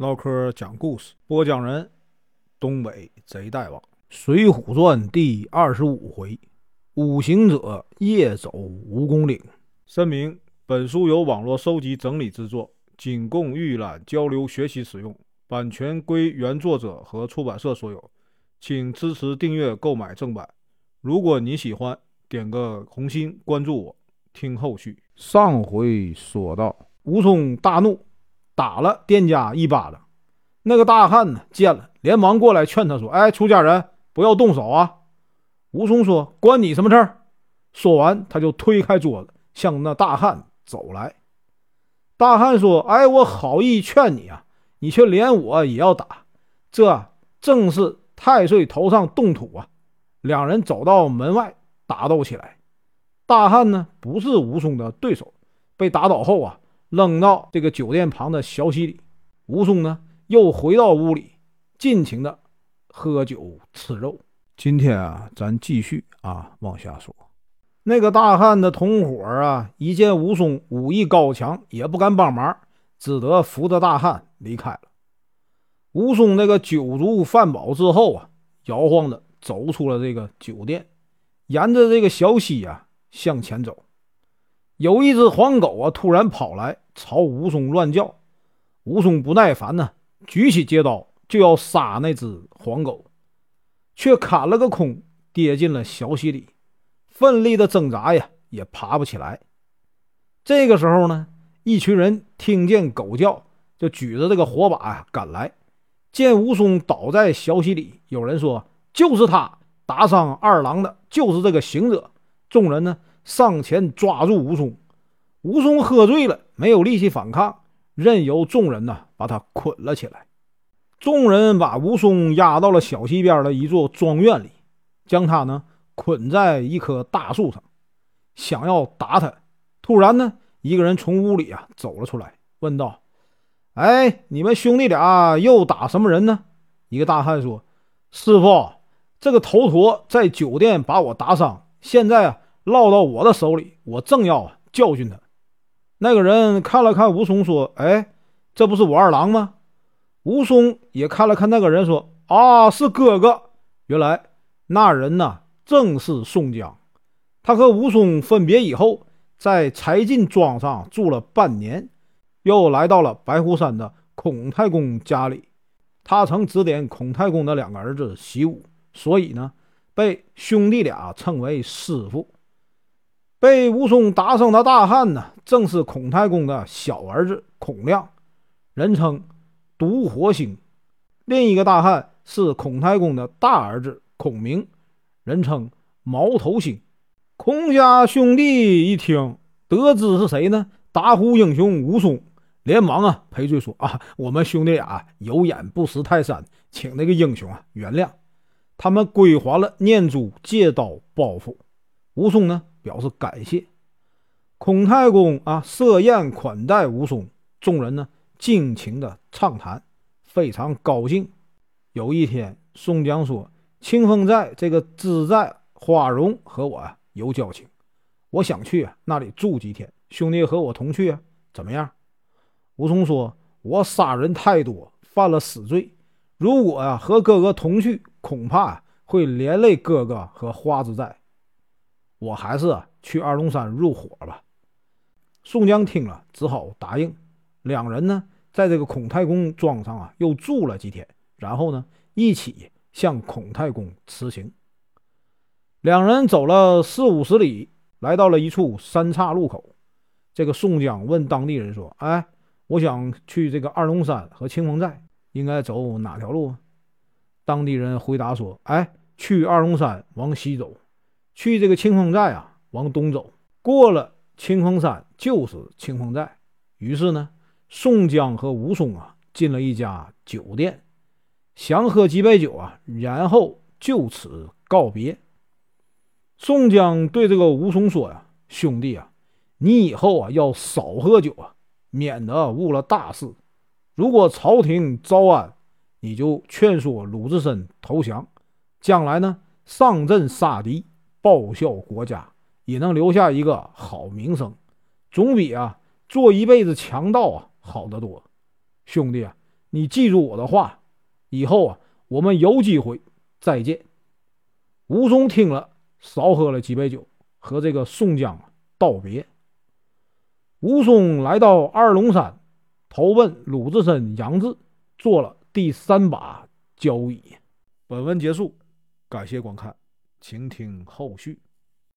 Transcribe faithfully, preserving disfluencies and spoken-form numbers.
唠嗑讲故事，播讲人东北贼大王。水浒传第二十五回，五行者夜走蜈蚣岭。声明：本书由网络收集整理制作，仅供预览、交流、学习使用，版权归原作者和出版社所有，请支持订阅、购买正版。如果你喜欢，点个红心，关注我，听后续。上回说到，武松大怒，打了店家一巴掌。那个大汉呢，见了连忙过来劝他说：哎，出家人不要动手啊。武松说：关你什么事儿？说完他就推开桌子向那大汉走来。大汉说：哎，我好意劝你啊，你却连我也要打，这正是太岁头上动土啊。两人走到门外打斗起来。大汉呢不是武松的对手，被打倒后啊，扔到这个酒店旁的小溪里。武松呢又回到屋里，尽情的喝酒吃肉。今天啊，咱继续啊往下说。那个大汉的同伙啊，一见武松武艺高强，也不敢帮忙，只得扶着大汉离开了。武松那个酒足饭饱之后啊，摇晃着走出了这个酒店，沿着这个小溪啊向前走。有一只黄狗啊突然跑来朝武松乱叫。武松不耐烦呢，举起街刀就要杀那只黄狗，却砍了个空，跌进了小溪里，奋力的挣扎呀也爬不起来。这个时候呢，一群人听见狗叫，就举着这个火把呀赶来。见武松倒在小溪里，有人说就是他，打伤二郎的就是这个行者。众人呢上前抓住武松。武松喝醉了，没有力气反抗，任由众人呢把他捆了起来。众人把武松押到了小溪边的一座庄院里，将他呢捆在一棵大树上，想要打他。突然呢，一个人从屋里啊走了出来，问道：哎，你们兄弟俩又打什么人呢？一个大汉说：师傅，这个头陀在酒店把我打伤，现在啊落到我的手里，我正要啊教训他。那个人看了看武松说：哎，这不是我二郎吗？武松也看了看那个人说：啊，是哥哥。原来那人呢正是宋江。他和武松分别以后，在柴进庄上住了半年，又来到了白虎山的孔太公家里。他曾指点孔太公的两个儿子习武，所以呢被兄弟俩称为师傅。被武松打伤的大汉呢，正是孔太公的小儿子孔亮，人称毒火星。另一个大汉是孔太公的大儿子孔明，人称毛头星。孔家兄弟一听得知是谁呢，大呼英雄武松，连忙啊赔罪说：啊，我们兄弟俩有眼不识泰山，请那个英雄啊原谅。他们归还了念珠、借刀、包袱。武松呢表示感谢。孔太公啊设宴款待武松，众人呢尽情的畅谈，非常高兴。有一天，宋江说：清风寨这个知寨花荣和我啊有交情，我想去啊那里住几天，兄弟和我同去啊，怎么样？武松说：我杀人太多，犯了死罪，如果啊和哥哥同去，恐怕啊会连累哥哥和花子寨，我还是啊去二龙山入伙吧。宋江听了只好答应。两人呢在这个孔太公庄上啊又住了几天，然后呢一起向孔太公辞行。两人走了四五十里，来到了一处三岔路口。这个宋江问当地人说：哎，我想去这个二龙山和清风寨，应该走哪条路啊？当地人回答说：哎，去二龙山往西走，去这个清风寨啊往东走，过了清风山就是清风寨。于是呢，宋江和武松啊进了一家酒店，想喝几杯酒啊，然后就此告别。宋江对这个武松说呀：兄弟啊，你以后啊要少喝酒啊，免得误了大事。如果朝廷招安，你就劝说鲁智深投降，将来呢上阵杀敌，报效国家，也能留下一个好名声，总比啊做一辈子强盗啊好得多。兄弟啊， 你记住我的话，以后啊，我们有机会再见。”武松听了，少喝了几杯酒，和这个宋江道别。武松来到二龙山，投奔鲁智深、杨志，做了第三把交椅。本文结束，感谢观看，请听后续。